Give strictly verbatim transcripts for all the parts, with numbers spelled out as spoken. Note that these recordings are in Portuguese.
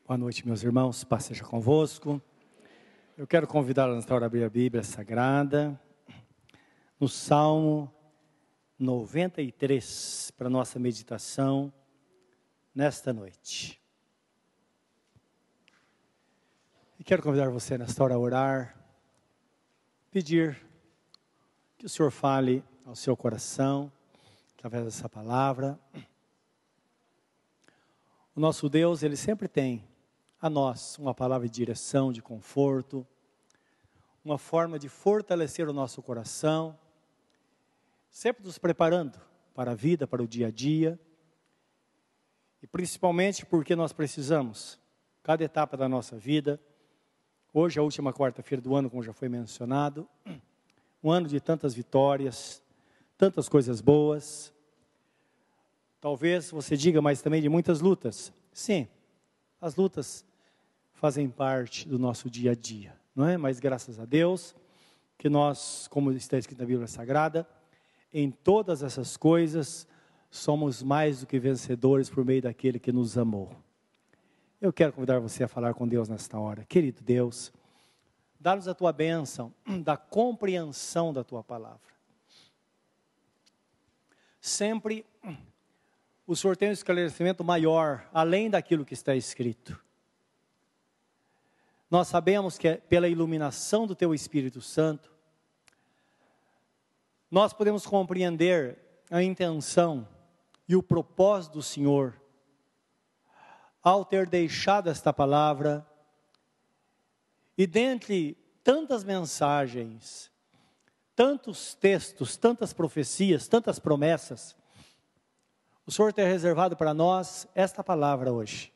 Boa noite, meus irmãos, paz seja convosco. Eu quero convidá-los a abrir a Bíblia Sagrada, no Salmo noventa e três, para a nossa meditação nesta noite. E quero convidar você nesta hora a orar, pedir que o Senhor fale ao seu coração, através dessa palavra. O nosso Deus, Ele sempre tem a nós uma palavra de direção, de conforto, uma forma de fortalecer o nosso coração, sempre nos preparando para a vida, para o dia a dia, e principalmente porque nós precisamos, cada etapa da nossa vida. Hoje é a última quarta-feira do ano, como já foi mencionado, um ano de tantas vitórias, tantas coisas boas. Talvez você diga, mas também de muitas lutas. Sim, as lutas fazem parte do nosso dia a dia, não é? Mas graças a Deus, que nós, como está escrito na Bíblia Sagrada, em todas essas coisas, somos mais do que vencedores por meio daquele que nos amou. Eu quero convidar você a falar com Deus nesta hora. Querido Deus, dá-nos a tua bênção, da compreensão da tua palavra. Sempre o Senhor tem um esclarecimento maior, além daquilo que está escrito. Nós sabemos que é pela iluminação do Teu Espírito Santo, nós podemos compreender a intenção e o propósito do Senhor, ao ter deixado esta palavra, e dentre tantas mensagens, tantos textos, tantas profecias, tantas promessas, o Senhor tem reservado para nós esta palavra hoje.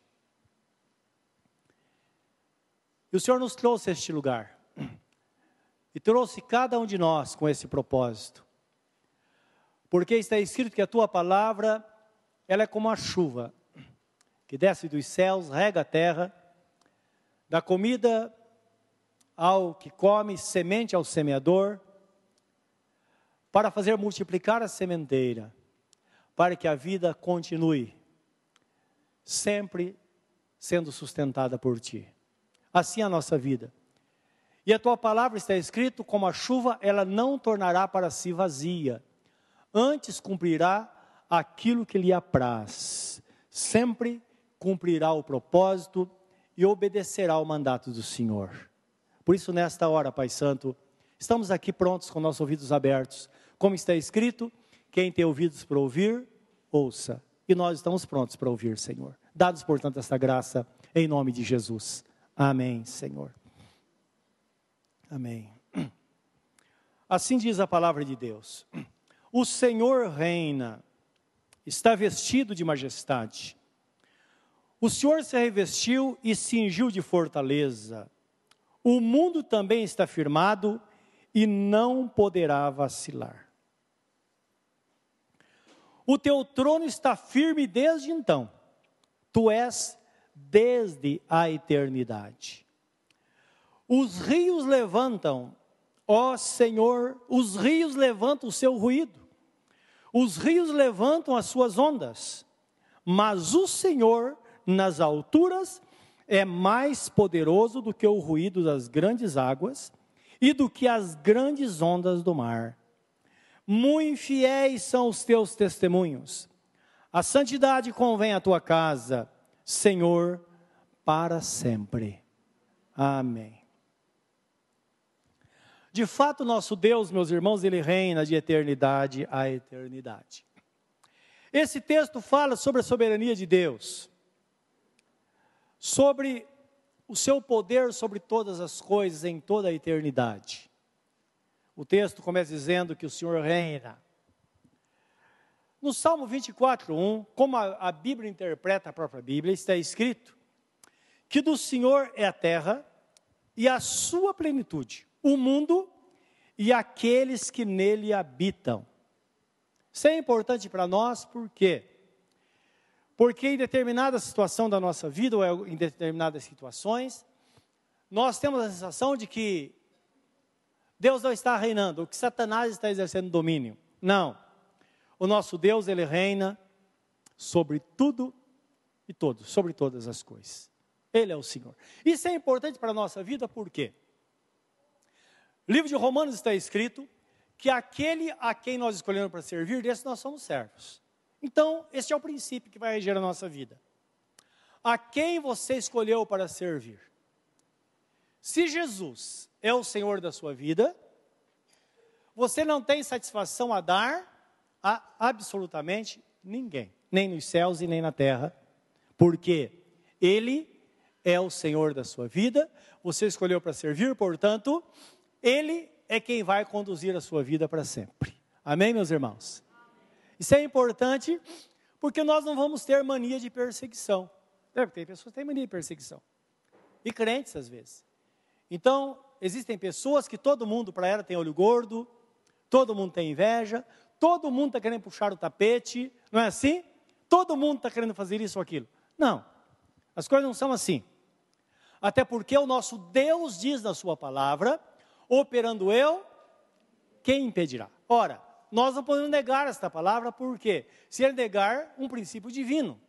E o Senhor nos trouxe a este lugar. E trouxe cada um de nós com esse propósito. Porque está escrito que a tua palavra, ela é como a chuva, que desce dos céus, rega a terra, dá comida ao que come, semente ao semeador, para fazer multiplicar a sementeira, para que a vida continue sempre sendo sustentada por ti. Assim é a nossa vida. E a tua palavra está escrito, como a chuva, ela não tornará para si vazia, antes cumprirá aquilo que lhe apraz, sempre cumprirá o propósito e obedecerá ao mandato do Senhor. Por isso, nesta hora, Pai Santo, estamos aqui prontos com nossos ouvidos abertos, como está escrito, quem tem ouvidos para ouvir, ouça. E nós estamos prontos para ouvir, Senhor. Dá-nos, portanto, esta graça, em nome de Jesus. Amém, Senhor. Amém. Assim diz a palavra de Deus. O Senhor reina, está vestido de majestade. O Senhor se revestiu e cingiu de fortaleza. O mundo também está firmado e não poderá vacilar. O teu trono está firme desde então. Tu és desde a eternidade. Os rios levantam, ó Senhor, os rios levantam o seu ruído. Os rios levantam as suas ondas. Mas o Senhor, nas alturas, é mais poderoso do que o ruído das grandes águas e do que as grandes ondas do mar. Muito fiéis são os teus testemunhos. A santidade convém à tua casa, Senhor, para sempre. Amém. De fato, nosso Deus, meus irmãos, Ele reina de eternidade a eternidade. Esse texto fala sobre a soberania de Deus, sobre o seu poder sobre todas as coisas em toda a eternidade. O texto começa dizendo que o Senhor reina. No Salmo vinte e quatro, um, como a, a Bíblia interpreta a própria Bíblia, está escrito que do Senhor é a terra e a sua plenitude, o mundo e aqueles que nele habitam. Isso é importante para nós, por quê? Porque em determinada situação da nossa vida, ou em determinadas situações, nós temos a sensação de que Deus não está reinando, ou que Satanás está exercendo domínio. Não. O nosso Deus, Ele reina sobre tudo e todos, sobre todas as coisas. Ele é o Senhor. Isso é importante para a nossa vida, por quê? No livro de Romanos está escrito que aquele a quem nós escolhemos para servir, desse nós somos servos. Então, esse é o princípio que vai reger a nossa vida. A quem você escolheu para servir? Se Jesus é o Senhor da sua vida, você não tem satisfação a dar a absolutamente ninguém, nem nos céus e nem na terra, porque Ele é o Senhor da sua vida, você escolheu para servir, portanto, Ele é quem vai conduzir a sua vida para sempre. Amém, meus irmãos? Isso é importante, porque nós não vamos ter mania de perseguição. Tem pessoas que têm mania de perseguição, e crentes às vezes. Então, existem pessoas que todo mundo para ela tem olho gordo, todo mundo tem inveja, todo mundo está querendo puxar o tapete, não é assim? Todo mundo está querendo fazer isso ou aquilo. Não, as coisas não são assim. Até porque o nosso Deus diz na sua palavra, operando eu, quem impedirá? Ora, nós não podemos negar esta palavra, porque se ele negar um princípio divino.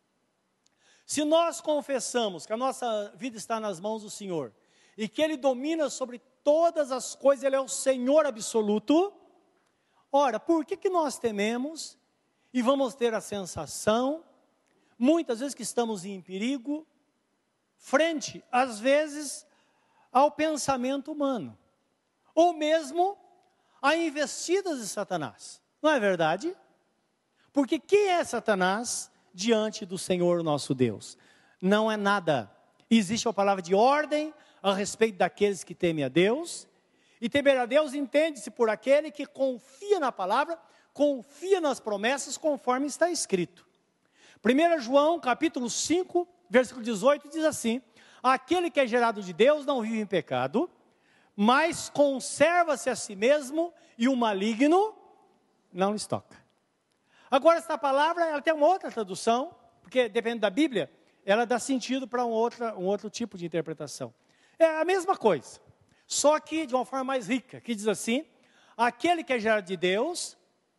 Se nós confessamos que a nossa vida está nas mãos do Senhor, e que Ele domina sobre todas as coisas, Ele é o Senhor absoluto, ora, por que que nós tememos e vamos ter a sensação, muitas vezes que estamos em perigo, frente, às vezes, ao pensamento humano, ou mesmo a investidas de Satanás, não é verdade? Porque quem é Satanás diante do Senhor nosso Deus? Não é nada. Existe a palavra de ordem a respeito daqueles que temem a Deus, e temer a Deus entende-se por aquele que confia na palavra, confia nas promessas conforme está escrito. primeiro João capítulo cinco, versículo dezoito diz assim: aquele que é gerado de Deus não vive em pecado, mas conserva-se a si mesmo, e o maligno não lhes toca. Agora, esta palavra, ela tem uma outra tradução, porque dependendo da Bíblia, ela dá sentido para um outro, um outro tipo de interpretação. É a mesma coisa, só que de uma forma mais rica, que diz assim: aquele que é gerado de Deus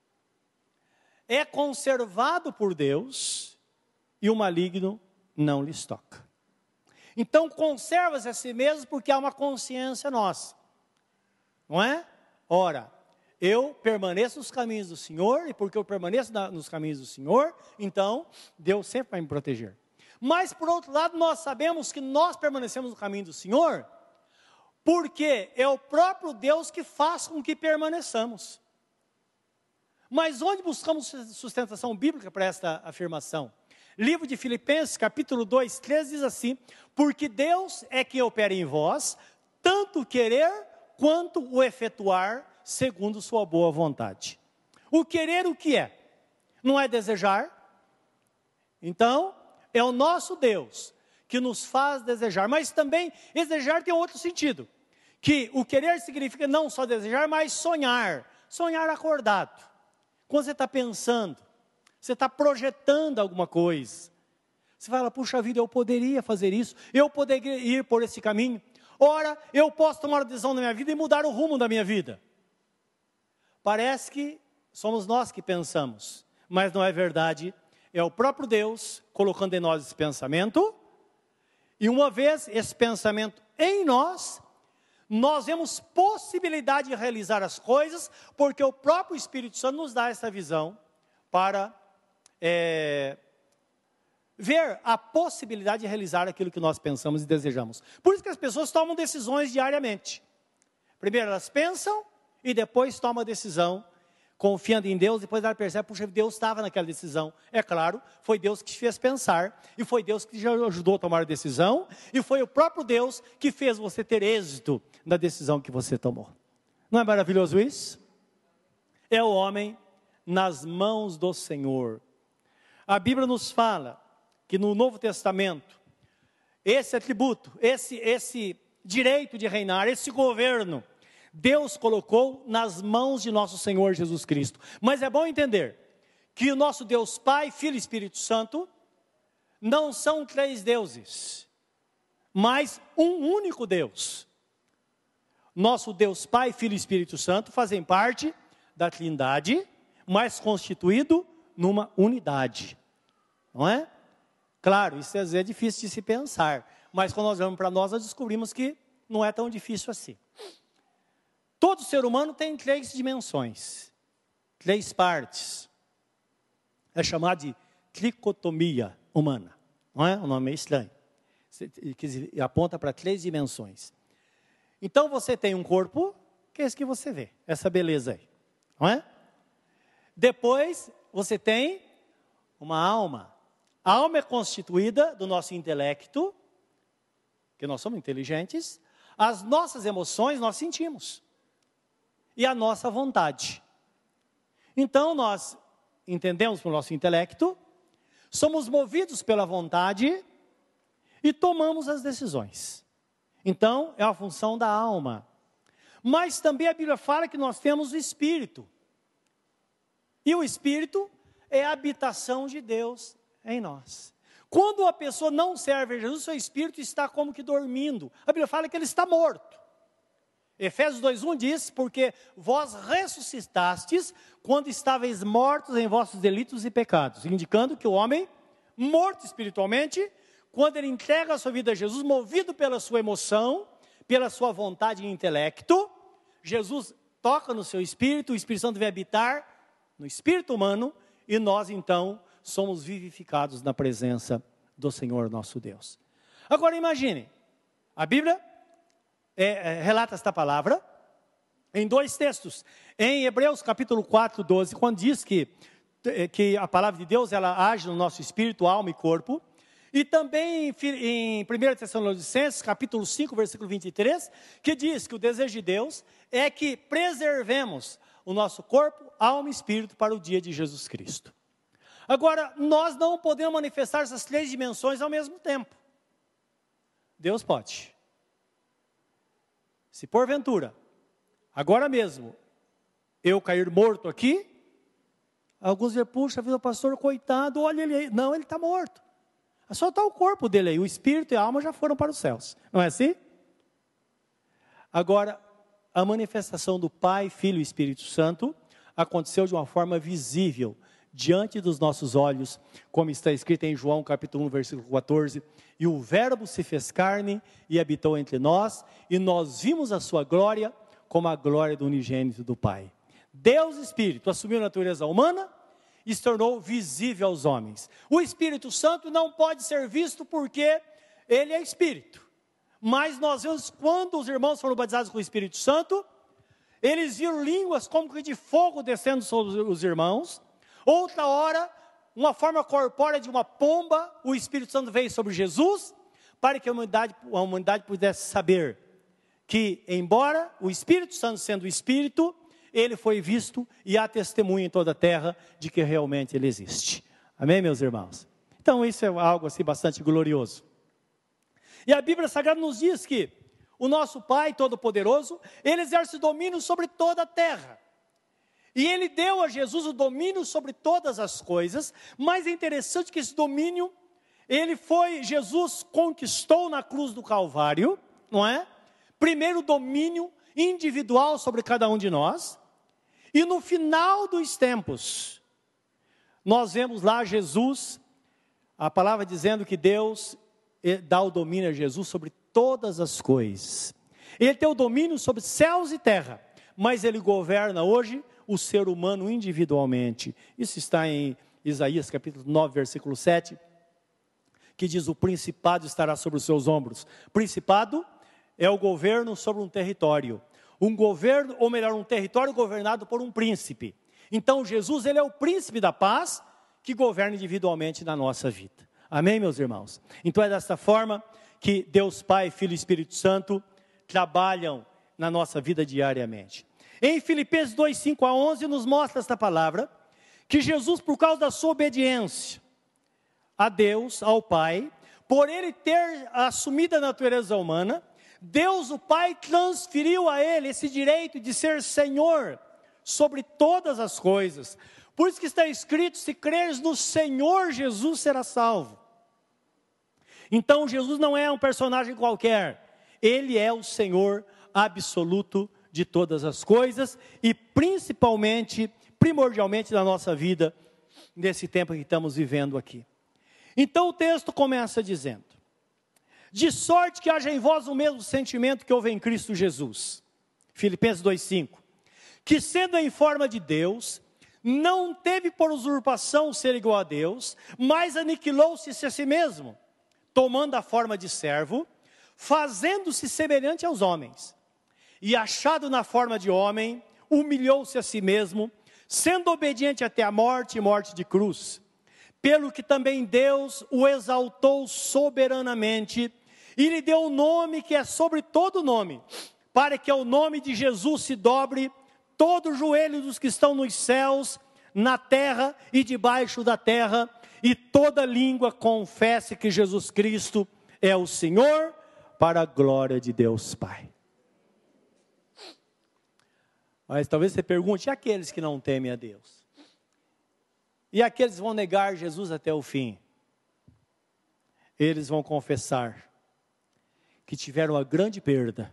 é conservado por Deus, e o maligno não lhes toca. Então, conserva-se a si mesmo, porque há uma consciência nossa, não é? Ora, eu permaneço nos caminhos do Senhor, e porque eu permaneço na, nos caminhos do Senhor, então Deus sempre vai me proteger. Mas, por outro lado, nós sabemos que nós permanecemos no caminho do Senhor, porque é o próprio Deus que faz com que permaneçamos. Mas onde buscamos sustentação bíblica para esta afirmação? Livro de Filipenses, capítulo dois, treze, diz assim: porque Deus é que opera em vós, tanto querer quanto o efetuar, segundo sua boa vontade. O querer o que é? Não é desejar? Então, é o nosso Deus que nos faz desejar, mas também desejar tem outro sentido, que o querer significa não só desejar, mas sonhar, sonhar acordado. Quando você está pensando, você está projetando alguma coisa, você fala: puxa vida, eu poderia fazer isso, eu poderia ir por esse caminho, ora, eu posso tomar uma decisão na minha vida e mudar o rumo da minha vida. Parece que somos nós que pensamos, mas não é verdade. É o próprio Deus colocando em nós esse pensamento, e uma vez esse pensamento em nós, nós vemos possibilidade de realizar as coisas, porque o próprio Espírito Santo nos dá essa visão para é, ver a possibilidade de realizar aquilo que nós pensamos e desejamos. Por isso que as pessoas tomam decisões diariamente. Primeiro elas pensam e depois tomam a decisão, confiando em Deus. Depois ela percebe: puxa, Deus estava naquela decisão. É claro, foi Deus que te fez pensar, e foi Deus que te ajudou a tomar a decisão, e foi o próprio Deus que fez você ter êxito na decisão que você tomou. Não é maravilhoso isso? É o homem nas mãos do Senhor. A Bíblia nos fala que no Novo Testamento, esse atributo, esse, esse direito de reinar, esse governo, Deus colocou nas mãos de nosso Senhor Jesus Cristo. Mas é bom entender que o nosso Deus Pai, Filho e Espírito Santo não são três deuses, mas um único Deus. Nosso Deus Pai, Filho e Espírito Santo fazem parte da Trindade, mas constituído numa unidade, não é? Claro, isso às vezes é difícil de se pensar, mas quando nós olhamos para nós, nós descobrimos que não é tão difícil assim. Todo ser humano tem três dimensões, três partes. É chamado de tricotomia humana, não é? O nome é estranho, que aponta para três dimensões. Então você tem um corpo, que é esse que você vê, essa beleza aí, não é? Depois você tem uma alma. A alma é constituída do nosso intelecto, que nós somos inteligentes, as nossas emoções nós sentimos, e a nossa vontade. Então nós entendemos pelo nosso intelecto, somos movidos pela vontade e tomamos as decisões. Então é a função da alma. Mas também a Bíblia fala que nós temos o Espírito. E o Espírito é a habitação de Deus em nós. Quando a pessoa não serve a Jesus, seu Espírito está como que dormindo. A Bíblia fala que ele está morto. Efésios dois, um diz, porque vós ressuscitastes quando estáveis mortos em vossos delitos e pecados, indicando que o homem, morto espiritualmente, quando ele entrega a sua vida a Jesus, movido pela sua emoção, pela sua vontade e intelecto, Jesus toca no seu espírito, o Espírito Santo vem habitar no espírito humano, e nós então somos vivificados na presença do Senhor nosso Deus. Agora imagine, a Bíblia é, é, relata esta palavra em dois textos. Em Hebreus capítulo quatro, doze, quando diz que, que a palavra de Deus ela age no nosso espírito, alma e corpo. E também em primeira Tessalonicenses capítulo cinco, versículo vinte e três, que diz que o desejo de Deus é que preservemos o nosso corpo, alma e espírito para o dia de Jesus Cristo. Agora, nós não podemos manifestar essas três dimensões ao mesmo tempo. Deus pode. Se porventura, agora mesmo, eu cair morto aqui, alguns dizem, puxa vida, pastor, coitado, olha ele aí. Não, ele está morto. É só está o corpo dele aí, o espírito e a alma já foram para os céus. Não é assim? Agora, a manifestação do Pai, Filho e Espírito Santo aconteceu de uma forma visível, diante dos nossos olhos, como está escrito em João capítulo um, versículo quatorze, e o verbo se fez carne e habitou entre nós, e nós vimos a sua glória como a glória do unigênito do Pai. Deus Espírito assumiu a natureza humana e se tornou visível aos homens. O Espírito Santo não pode ser visto porque ele é Espírito. Mas nós vemos quando os irmãos foram batizados com o Espírito Santo, eles viram línguas como que de fogo descendo sobre os irmãos. Outra hora, uma forma corpórea de uma pomba, o Espírito Santo veio sobre Jesus, para que a humanidade, a humanidade pudesse saber que, embora o Espírito Santo sendo o Espírito, ele foi visto e há testemunho em toda a terra de que realmente ele existe. Amém, meus irmãos? Então isso é algo assim bastante glorioso. E a Bíblia Sagrada nos diz que o nosso Pai Todo-Poderoso, ele exerce domínio sobre toda a terra. E ele deu a Jesus o domínio sobre todas as coisas, mas é interessante que esse domínio, ele foi, Jesus conquistou na cruz do Calvário, não é? Primeiro o domínio individual sobre cada um de nós, e no final dos tempos, nós vemos lá Jesus, a palavra dizendo que Deus dá o domínio a Jesus sobre todas as coisas. Ele tem o domínio sobre céus e terra, mas ele governa hoje o ser humano individualmente. Isso está em Isaías capítulo nove, versículo sete, que diz, o principado estará sobre os seus ombros. Principado é o governo sobre um território. Um governo, ou melhor, um território governado por um príncipe. Então Jesus, ele é o príncipe da paz, que governa individualmente na nossa vida. Amém, meus irmãos? Então é desta forma que Deus Pai, Filho e Espírito Santo trabalham na nossa vida diariamente. Em Filipenses dois, cinco a onze, nos mostra esta palavra, que Jesus, por causa da sua obediência a Deus, ao Pai, por ele ter assumido a natureza humana, Deus, o Pai, transferiu a ele esse direito de ser Senhor sobre todas as coisas. Por isso que está escrito, se creres no Senhor Jesus, será salvo. Então Jesus não é um personagem qualquer, ele é o Senhor absoluto de todas as coisas e principalmente, primordialmente na nossa vida, nesse tempo que estamos vivendo aqui. Então o texto começa dizendo: de sorte que haja em vós o mesmo sentimento que houve em Cristo Jesus. Filipenses dois, cinco. Que sendo em forma de Deus, não teve por usurpação ser igual a Deus, mas aniquilou-se a si mesmo, tomando a forma de servo, fazendo-se semelhante aos homens. E achado na forma de homem, humilhou-se a si mesmo, sendo obediente até a morte e morte de cruz. Pelo que também Deus o exaltou soberanamente, e lhe deu o nome que é sobre todo nome, para que ao nome de Jesus se dobre todo o joelho dos que estão nos céus, na terra e debaixo da terra, e toda língua confesse que Jesus Cristo é o Senhor, para a glória de Deus Pai. Mas talvez você pergunte: e aqueles que não temem a Deus? E aqueles que vão negar Jesus até o fim? Eles vão confessar que tiveram uma grande perda,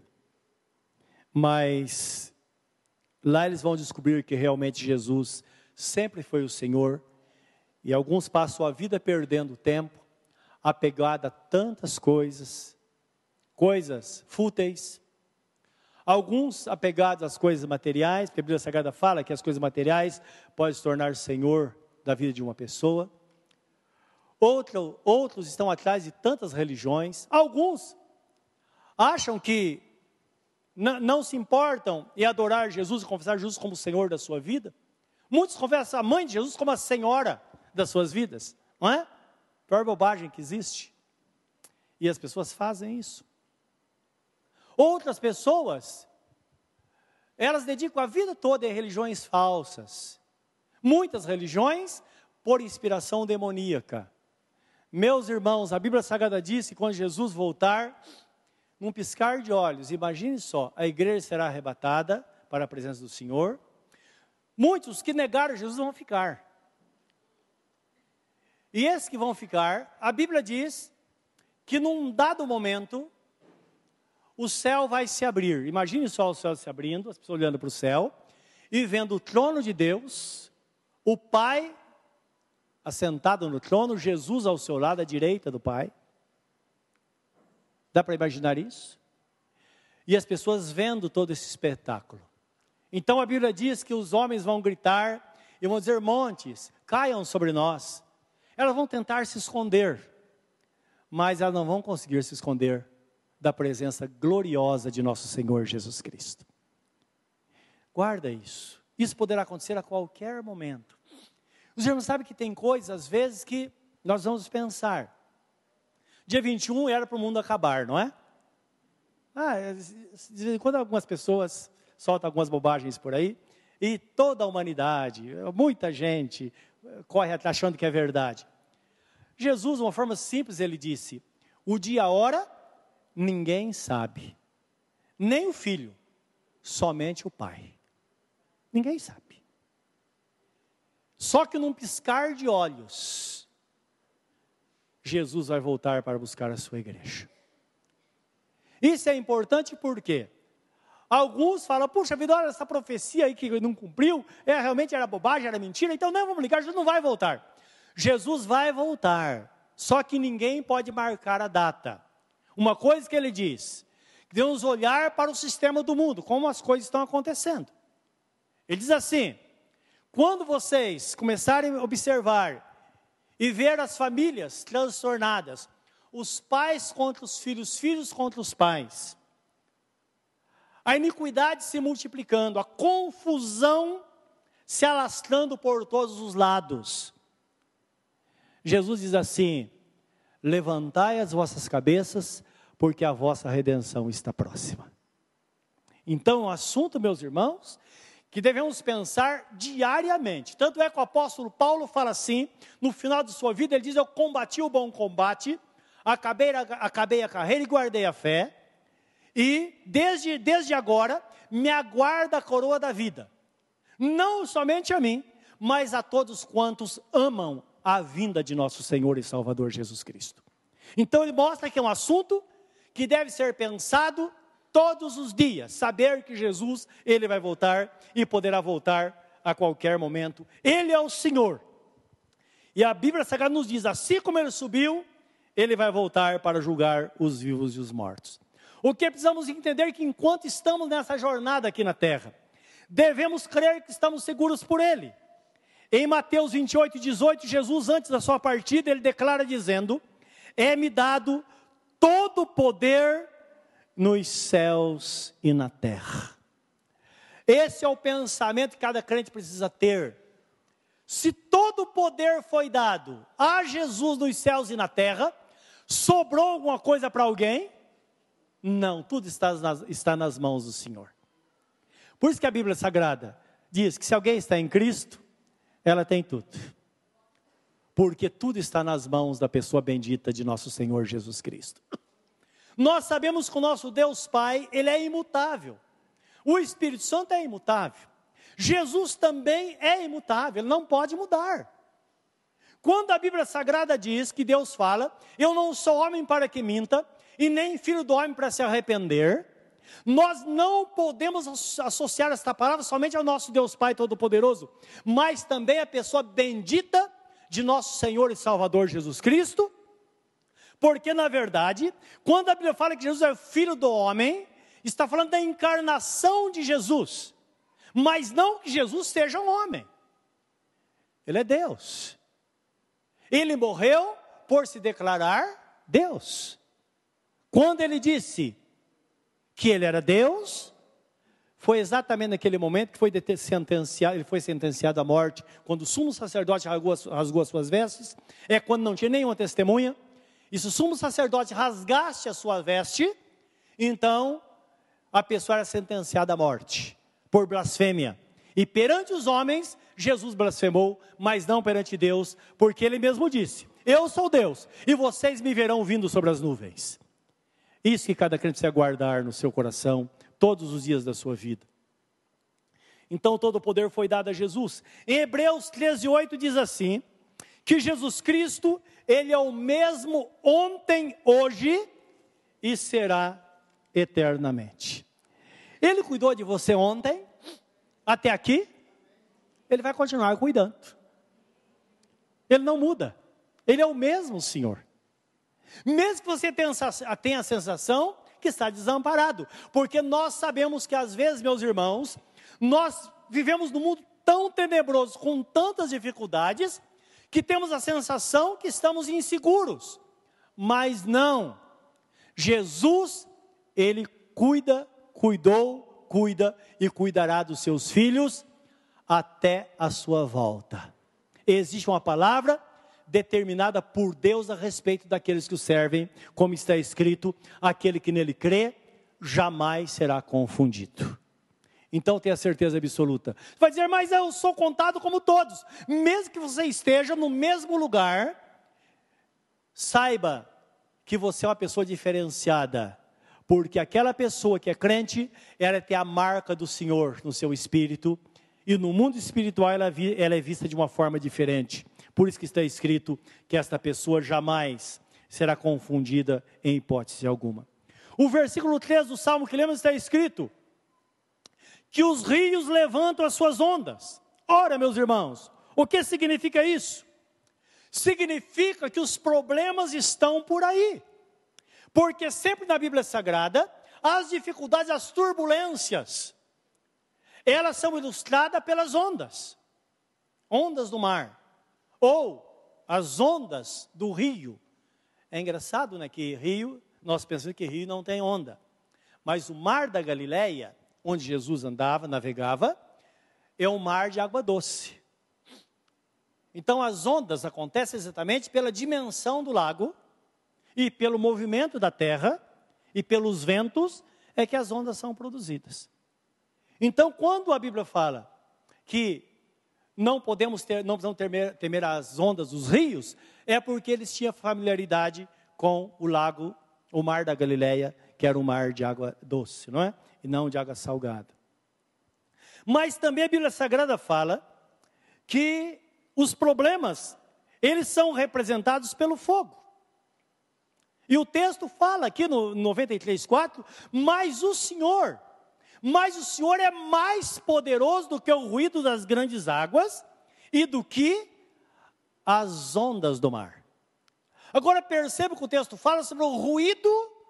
mas lá eles vão descobrir que realmente Jesus sempre foi o Senhor, e alguns passam a vida perdendo tempo, apegado a tantas coisas, coisas fúteis, alguns apegados às coisas materiais, porque a Bíblia Sagrada fala que as coisas materiais podem se tornar Senhor da vida de uma pessoa. Outro, outros estão atrás de tantas religiões, alguns acham que n- não se importam em adorar Jesus e confessar Jesus como Senhor da sua vida. Muitos confessam a mãe de Jesus como a Senhora das suas vidas, não é? A pior bobagem que existe. E as pessoas fazem isso. Outras pessoas, elas dedicam a vida toda a religiões falsas. Muitas religiões por inspiração demoníaca. Meus irmãos, a Bíblia Sagrada diz que quando Jesus voltar, num piscar de olhos, imagine só, a igreja será arrebatada para a presença do Senhor. Muitos que negaram Jesus vão ficar. E esses que vão ficar, a Bíblia diz que num dado momento, o céu vai se abrir. Imagine só o céu se abrindo, as pessoas olhando para o céu, e vendo o trono de Deus, o Pai assentado no trono, Jesus ao seu lado, à direita do Pai. Dá para imaginar isso? E as pessoas vendo todo esse espetáculo. Então a Bíblia diz que os homens vão gritar e vão dizer: montes, caiam sobre nós. Elas vão tentar se esconder, mas elas não vão conseguir se esconder da presença gloriosa de nosso Senhor Jesus Cristo. Guarda isso. Isso poderá acontecer a qualquer momento. Os irmãos sabem que tem coisas, às vezes, que nós vamos pensar. Dia vinte e um era para o mundo acabar, não é? Ah, de vez em quando algumas pessoas soltam algumas bobagens por aí, e toda a humanidade, muita gente, corre atrás achando que é verdade. Jesus, de uma forma simples, ele disse: o dia e a hora, ninguém sabe. Nem o Filho, somente o Pai. Ninguém sabe. Só que num piscar de olhos, Jesus vai voltar para buscar a sua igreja. Isso é importante porque alguns falam: puxa vida, olha essa profecia aí que não cumpriu, é, realmente era bobagem, era mentira, então não, vamos ligar, Jesus não vai voltar. Jesus vai voltar, só que ninguém pode marcar a data. Uma coisa que ele diz: devemos olhar para o sistema do mundo, como as coisas estão acontecendo. Ele diz assim: quando vocês começarem a observar e ver as famílias transtornadas, os pais contra os filhos, filhos contra os pais, a iniquidade se multiplicando, a confusão se alastrando por todos os lados, Jesus diz assim: levantai as vossas cabeças, porque a vossa redenção está próxima. Então, o assunto, meus irmãos, que devemos pensar diariamente. Tanto é que o apóstolo Paulo fala assim, no final de sua vida, ele diz: eu combati o bom combate, acabei a, acabei a carreira e guardei a fé, e desde, desde agora me aguarda a coroa da vida. Não somente a mim, mas a todos quantos amam a vinda de nosso Senhor e Salvador Jesus Cristo. Então ele mostra que é um assunto que deve ser pensado todos os dias, saber que Jesus, ele vai voltar e poderá voltar a qualquer momento. Ele é o Senhor. E a Bíblia Sagrada nos diz, assim como ele subiu, ele vai voltar para julgar os vivos e os mortos. O que precisamos entender é que enquanto estamos nessa jornada aqui na terra, devemos crer que estamos seguros por ele. Em Mateus vinte e oito, dezoito, Jesus, antes da sua partida, ele declara dizendo, é-me dado todo o poder nos céus e na terra. Esse é o pensamento que cada crente precisa ter. Se todo o poder foi dado a Jesus nos céus e na terra, sobrou alguma coisa para alguém? Não, tudo está nas, está nas mãos do Senhor. Por isso que a Bíblia Sagrada diz que se alguém está em Cristo, ela tem tudo. Porque tudo está nas mãos da pessoa bendita de nosso Senhor Jesus Cristo. Nós sabemos que o nosso Deus Pai, Ele é imutável. O Espírito Santo é imutável. Jesus também é imutável, Ele não pode mudar. Quando a Bíblia Sagrada diz que Deus fala, eu não sou homem para que minta, e nem filho do homem para se arrepender, nós não podemos associar esta palavra somente ao nosso Deus Pai Todo-Poderoso, mas também à pessoa bendita de nosso Senhor e Salvador Jesus Cristo, porque na verdade, quando a Bíblia fala que Jesus é filho do homem, está falando da encarnação de Jesus, mas não que Jesus seja um homem, Ele é Deus, Ele morreu por se declarar Deus. Quando Ele disse que Ele era Deus, foi exatamente naquele momento que foi sentenciado, Ele foi sentenciado à morte, quando o sumo sacerdote rasgou, rasgou as suas vestes, é quando não tinha nenhuma testemunha, e se o sumo sacerdote rasgasse a sua veste, então a pessoa era sentenciada à morte, por blasfêmia. E perante os homens, Jesus blasfemou, mas não perante Deus, porque Ele mesmo disse, eu sou Deus, e vocês me verão vindo sobre as nuvens. Isso que cada crente precisa guardar no seu coração, todos os dias da sua vida. Então todo o poder foi dado a Jesus. Em Hebreus treze, oito diz assim, que Jesus Cristo, Ele é o mesmo ontem, hoje e será eternamente. Ele cuidou de você ontem, até aqui, Ele vai continuar cuidando. Ele não muda, Ele é o mesmo Senhor. Mesmo que você tenha a sensação que está desamparado, porque nós sabemos que às vezes, meus irmãos, nós vivemos num mundo tão tenebroso, com tantas dificuldades, que temos a sensação que estamos inseguros, mas não, Jesus, Ele cuida, cuidou, cuida e cuidará dos seus filhos até a sua volta. Existe uma palavra determinada por Deus a respeito daqueles que o servem, como está escrito, aquele que nele crê, jamais será confundido. Então tenha certeza absoluta. Você vai dizer, mas eu sou contado como todos. Mesmo que você esteja no mesmo lugar, saiba que você é uma pessoa diferenciada, porque aquela pessoa que é crente, ela tem a marca do Senhor no seu espírito, e no mundo espiritual ela é vista de uma forma diferente. Por isso que está escrito que esta pessoa jamais será confundida em hipótese alguma. O versículo três do Salmo que lemos está escrito, que os rios levantam as suas ondas. Ora, meus irmãos, o que significa isso? Significa que os problemas estão por aí. Porque sempre na Bíblia Sagrada, as dificuldades, as turbulências, elas são ilustradas pelas ondas. Ondas do mar. Ou as ondas do rio. É engraçado, né, que rio, nós pensamos que rio não tem onda. Mas o mar da Galileia, onde Jesus andava, navegava, é um mar de água doce. Então as ondas acontecem exatamente pela dimensão do lago, e pelo movimento da terra, e pelos ventos, é que as ondas são produzidas. Então quando a Bíblia fala que não podemos ter, não precisamos temer, temer as ondas dos rios, é porque eles tinham familiaridade com o lago, o mar da Galileia, que era um mar de água doce, não é? E não de água salgada. Mas também a Bíblia Sagrada fala que os problemas, eles são representados pelo fogo. E o texto fala aqui no noventa e três, quatro, mas o Senhor, mas o Senhor é mais poderoso do que o ruído das grandes águas e do que as ondas do mar. Agora perceba que o texto fala sobre o ruído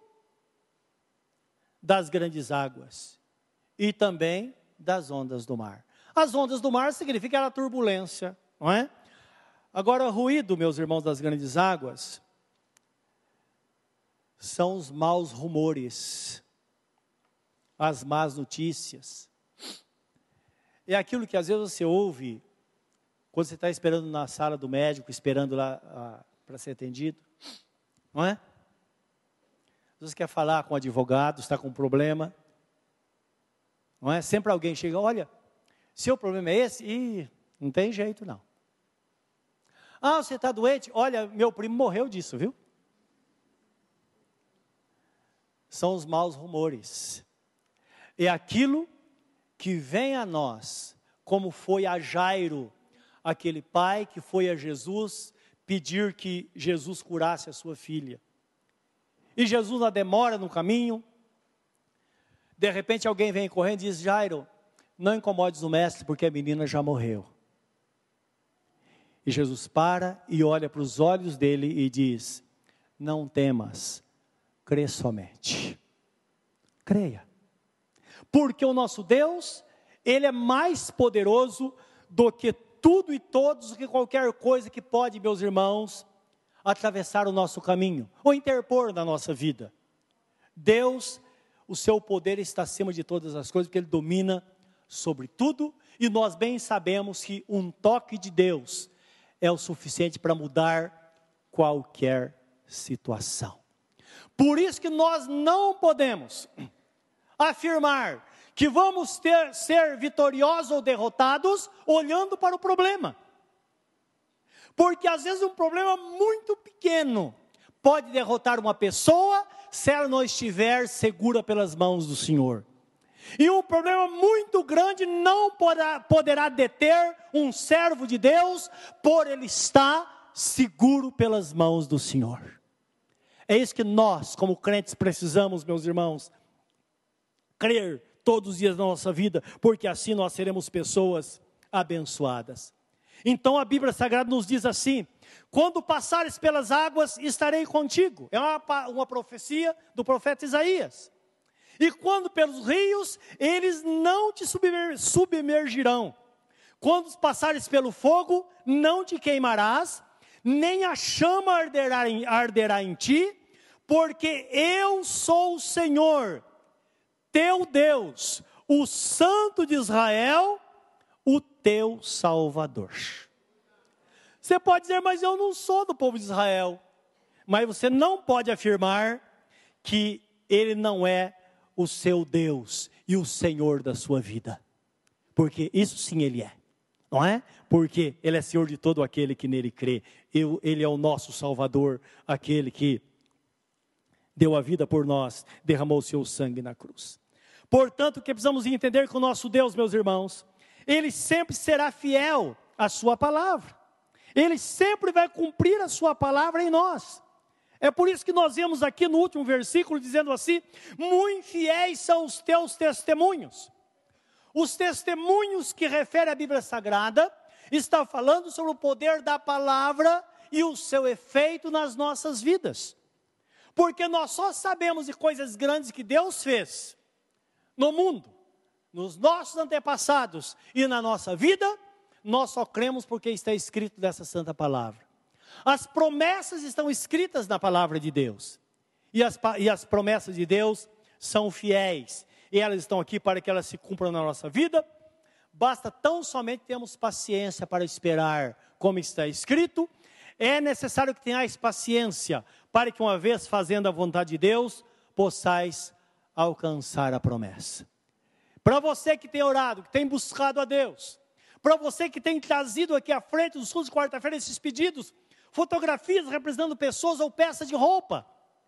das grandes águas e também das ondas do mar. As ondas do mar significa a turbulência, não é? Agora, ruído, meus irmãos, das grandes águas, são os maus rumores, as más notícias. É aquilo que às vezes você ouve, quando você está esperando na sala do médico, esperando lá para ser atendido, não é? Você quer falar com o advogado, está com um problema, não é? Sempre alguém chega, olha, seu problema é esse? Ih, não tem jeito não. Ah, você está doente? Olha, meu primo morreu disso, viu? São os maus rumores. É aquilo que vem a nós, como foi a Jairo, aquele pai que foi a Jesus pedir que Jesus curasse a sua filha. E Jesus na demora no caminho, de repente alguém vem correndo e diz, Jairo, não incomodes o mestre porque a menina já morreu. E Jesus para e olha para os olhos dele e diz, não temas, crê somente. Creia. Porque o nosso Deus, Ele é mais poderoso do que tudo e todos, do que qualquer coisa que pode, meus irmãos, atravessar o nosso caminho, ou interpor na nossa vida. Deus, o seu poder está acima de todas as coisas, porque Ele domina sobre tudo, e nós bem sabemos que um toque de Deus é o suficiente para mudar qualquer situação. Por isso que nós não podemos afirmar que vamos ter, ser vitoriosos ou derrotados olhando para o problema. Porque às vezes um problema muito pequeno pode derrotar uma pessoa se ela não estiver segura pelas mãos do Senhor. E um problema muito grande não poderá, poderá deter um servo de Deus, por ele estar seguro pelas mãos do Senhor. É isso que nós, como crentes, precisamos, meus irmãos, crer todos os dias da nossa vida, porque assim nós seremos pessoas abençoadas. Então a Bíblia Sagrada nos diz assim, quando passares pelas águas, estarei contigo. É uma, uma profecia do profeta Isaías. E quando pelos rios, eles não te submergirão. Quando passares pelo fogo, não te queimarás, nem a chama arderá em, arderá em ti, porque eu sou o Senhor, teu Deus, o Santo de Israel, o teu Salvador. Você pode dizer, mas eu não sou do povo de Israel. Mas você não pode afirmar que Ele não é o seu Deus e o Senhor da sua vida. Porque isso sim Ele é. Não é? Porque Ele é Senhor de todo aquele que nele crê. Eu, Ele é o nosso Salvador, aquele que deu a vida por nós, derramou o seu sangue na cruz. Portanto, o que precisamos entender com o nosso Deus, meus irmãos, Ele sempre será fiel à sua palavra. Ele sempre vai cumprir a sua palavra em nós. É por isso que nós vemos aqui no último versículo dizendo assim, muito fiéis são os teus testemunhos. Os testemunhos que refere a Bíblia Sagrada, está falando sobre o poder da palavra e o seu efeito nas nossas vidas. Porque nós só sabemos de coisas grandes que Deus fez no mundo, nos nossos antepassados e na nossa vida, nós só cremos porque está escrito nessa santa palavra. As promessas estão escritas na palavra de Deus. E as, e as promessas de Deus são fiéis. E elas estão aqui para que elas se cumpram na nossa vida. Basta tão somente termos paciência para esperar como está escrito. É necessário que tenhais paciência para que uma vez fazendo a vontade de Deus, possais alcançar a promessa. Para você que tem orado, que tem buscado a Deus, para você que tem trazido aqui à frente dos cultos de quarta-feira esses pedidos, fotografias representando pessoas ou peças de roupa,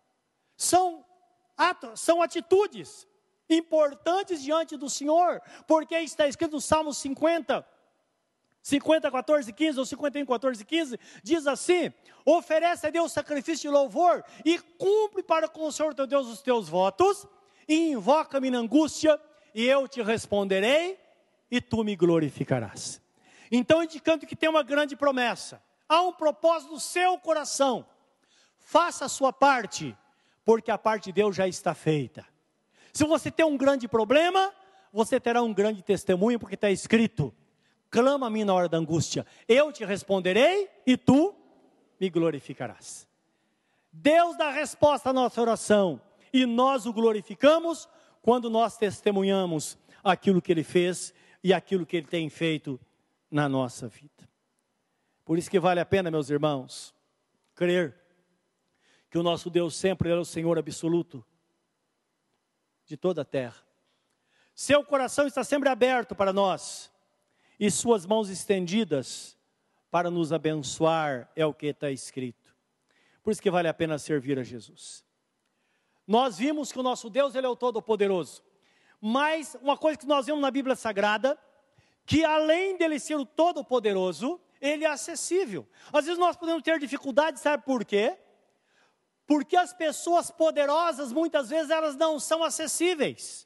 são, atos, são atitudes importantes diante do Senhor, porque está escrito no Salmo cinquenta, cinquenta, quatorze, quinze, ou cinquenta e um, quatorze, quinze, diz assim, oferece a Deus sacrifício de louvor, e cumpre para com o Senhor teu Deus os teus votos, e invoca-me na angústia, e eu te responderei, e tu me glorificarás. Então, indicando que tem uma grande promessa, há um propósito no seu coração. Faça a sua parte, porque a parte de Deus já está feita. Se você tem um grande problema, você terá um grande testemunho, porque está escrito: clama a mim na hora da angústia, eu te responderei e tu me glorificarás. Deus dá resposta à nossa oração, e nós o glorificamos quando nós testemunhamos aquilo que Ele fez e aquilo que Ele tem feito na nossa vida. Por isso que vale a pena, meus irmãos, crer que o nosso Deus sempre é o Senhor absoluto de toda a terra. Seu coração está sempre aberto para nós, e suas mãos estendidas para nos abençoar, é o que está escrito. Por isso que vale a pena servir a Jesus. Nós vimos que o nosso Deus, Ele é o Todo-Poderoso. Mas uma coisa que nós vemos na Bíblia Sagrada, que além dele ser o Todo-Poderoso, Ele é acessível. Às vezes nós podemos ter dificuldade, sabe por quê? Porque as pessoas poderosas, muitas vezes, elas não são acessíveis.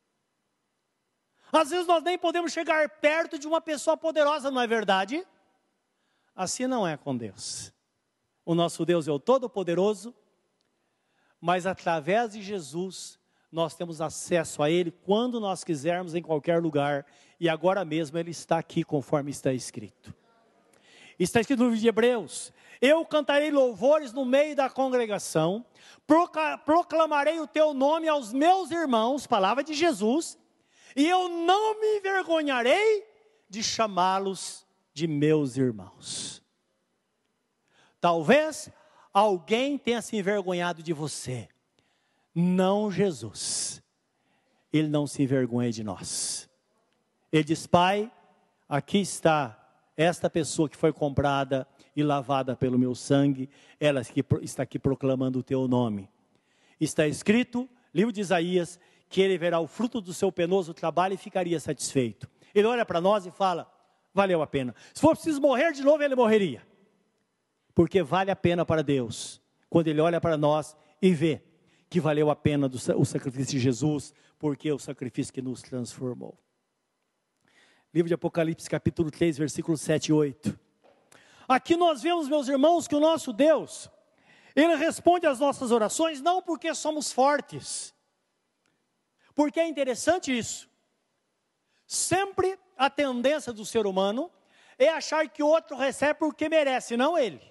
Às vezes nós nem podemos chegar perto de uma pessoa poderosa, não é verdade? Assim não é com Deus. O nosso Deus é o Todo-Poderoso, mas através de Jesus, nós temos acesso a Ele quando nós quisermos, em qualquer lugar, e agora mesmo Ele está aqui, conforme está escrito. Está escrito no livro de Hebreus: eu cantarei louvores no meio da congregação, proclamarei o teu nome aos meus irmãos, palavra de Jesus, e eu não me envergonharei de chamá-los de meus irmãos. Talvez alguém tenha se envergonhado de você, não Jesus. Ele não se envergonha de nós. Ele diz: Pai, aqui está esta pessoa que foi comprada e lavada pelo meu sangue, ela está aqui proclamando o teu nome. Está escrito, livro de Isaías, que ele verá o fruto do seu penoso trabalho e ficaria satisfeito. Ele olha para nós e fala: valeu a pena. Se for preciso morrer de novo, ele morreria. Porque vale a pena para Deus, quando Ele olha para nós e vê que valeu a pena do, o sacrifício de Jesus, porque é o sacrifício que nos transformou. Livro de Apocalipse, capítulo três, versículos sete e oito. Aqui nós vemos, meus irmãos, que o nosso Deus, Ele responde às nossas orações, não porque somos fortes, porque é interessante isso. Sempre a tendência do ser humano é achar que o outro recebe porque merece, não ele.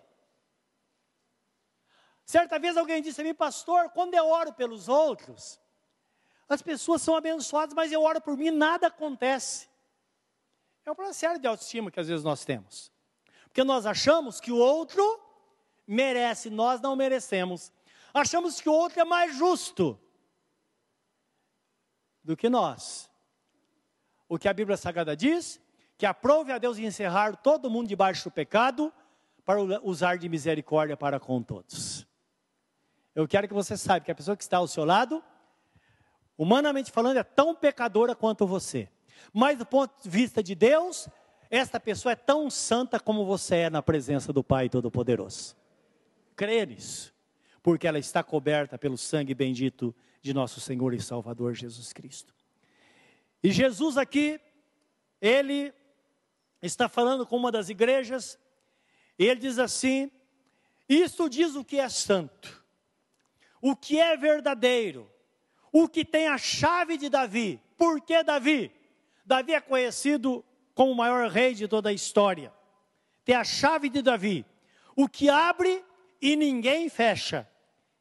Certa vez alguém disse a mim: pastor, quando eu oro pelos outros, as pessoas são abençoadas, mas eu oro por mim e nada acontece. É um problema sério de autoestima que às vezes nós temos. Porque nós achamos que o outro merece, nós não merecemos. Achamos que o outro é mais justo do que nós. O que a Bíblia Sagrada diz: que aprove a Deus encerrar todo mundo debaixo do pecado, para usar de misericórdia para com todos. Eu quero que você saiba que a pessoa que está ao seu lado, humanamente falando, é tão pecadora quanto você. Mas do ponto de vista de Deus, esta pessoa é tão santa como você é na presença do Pai Todo-Poderoso. Creia nisso, porque ela está coberta pelo sangue bendito de nosso Senhor e Salvador Jesus Cristo. E Jesus aqui, Ele está falando com uma das igrejas, e Ele diz assim: isto diz o que é santo, o que é verdadeiro, o que tem a chave de Davi. Por que Davi? Davi é conhecido como o maior rei de toda a história. Tem a chave de Davi, o que abre e ninguém fecha.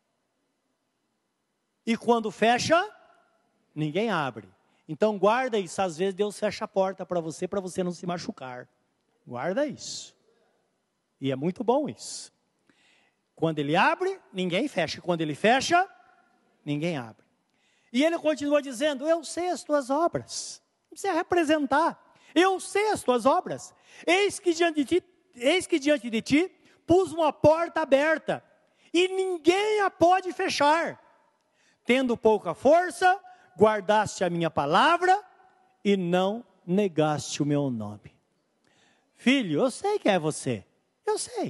E quando fecha, ninguém abre. Então guarda isso, às vezes Deus fecha a porta para você, para você não se machucar. Guarda isso. E é muito bom isso. Quando Ele abre, ninguém fecha. Quando Ele fecha, ninguém abre. E Ele continua dizendo: eu sei as tuas obras. Não precisa representar. Eu sei as tuas obras. Eis que diante de ti, eis que diante de ti pus uma porta aberta, e ninguém a pode fechar. Tendo pouca força, guardaste a minha palavra e não negaste o meu nome. Filho, eu sei que é você. Eu sei.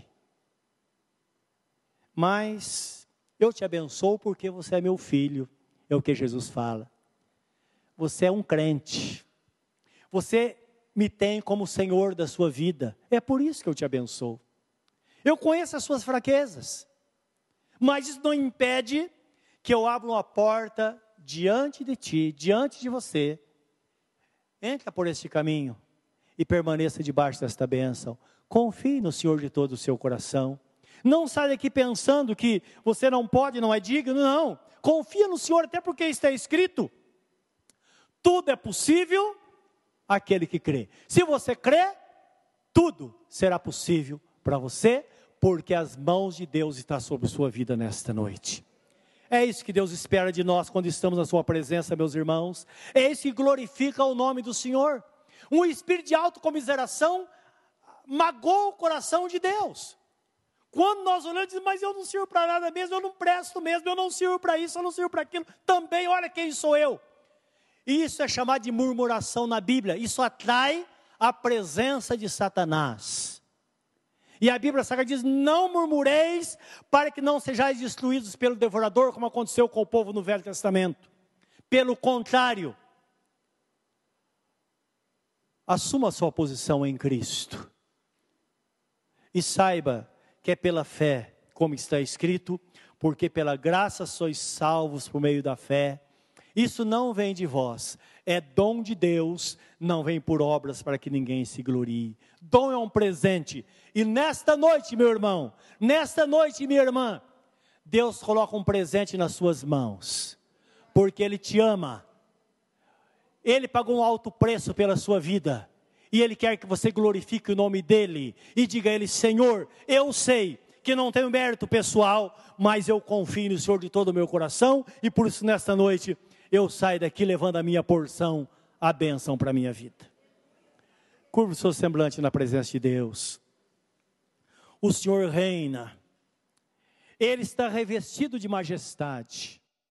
Mas eu te abençoo porque você é meu filho. É o que Jesus fala. Você é um crente. Você me tem como Senhor da sua vida. É por isso que eu te abençoo. Eu conheço as suas fraquezas. Mas isso não impede que eu abra uma porta diante de ti, diante de você. Entra por este caminho e permaneça debaixo desta bênção. Confie no Senhor de todo o seu coração. Não saia daqui pensando que você não pode, não é digno, não. Confia no Senhor, até porque está escrito: tudo é possível àquele que crê. Se você crê, tudo será possível para você, porque as mãos de Deus estão sobre sua vida nesta noite. É isso que Deus espera de nós quando estamos na sua presença, meus irmãos. É isso que glorifica o nome do Senhor. Um espírito de autocomiseração magoa o coração de Deus. Quando nós olhamos e dizemos, mas eu não sirvo para nada mesmo, eu não presto mesmo, eu não sirvo para isso, eu não sirvo para aquilo, também olha quem sou eu. E isso é chamado de murmuração na Bíblia. Isso atrai a presença de Satanás. E a Bíblia Sagrada diz, não murmureis para que não sejais destruídos pelo devorador, como aconteceu com o povo no Velho Testamento. Pelo contrário, assuma a sua posição em Cristo. E saiba que é pela fé, como está escrito, porque pela graça sois salvos por meio da fé. Isso não vem de vós, é dom de Deus, não vem por obras para que ninguém se glorie. Dom é um presente. E nesta noite, meu irmão, nesta noite, minha irmã, Deus coloca um presente nas suas mãos, porque Ele te ama. Ele pagou um alto preço pela sua vida, e Ele quer que você glorifique o nome dEle, e diga a Ele, Senhor, eu sei que não tenho mérito pessoal, mas eu confio no Senhor de todo o meu coração, e por isso nesta noite, eu saio daqui levando a minha porção, a bênção para a minha vida. Curva o seu semblante na presença de Deus. O Senhor reina. Ele está revestido de majestade.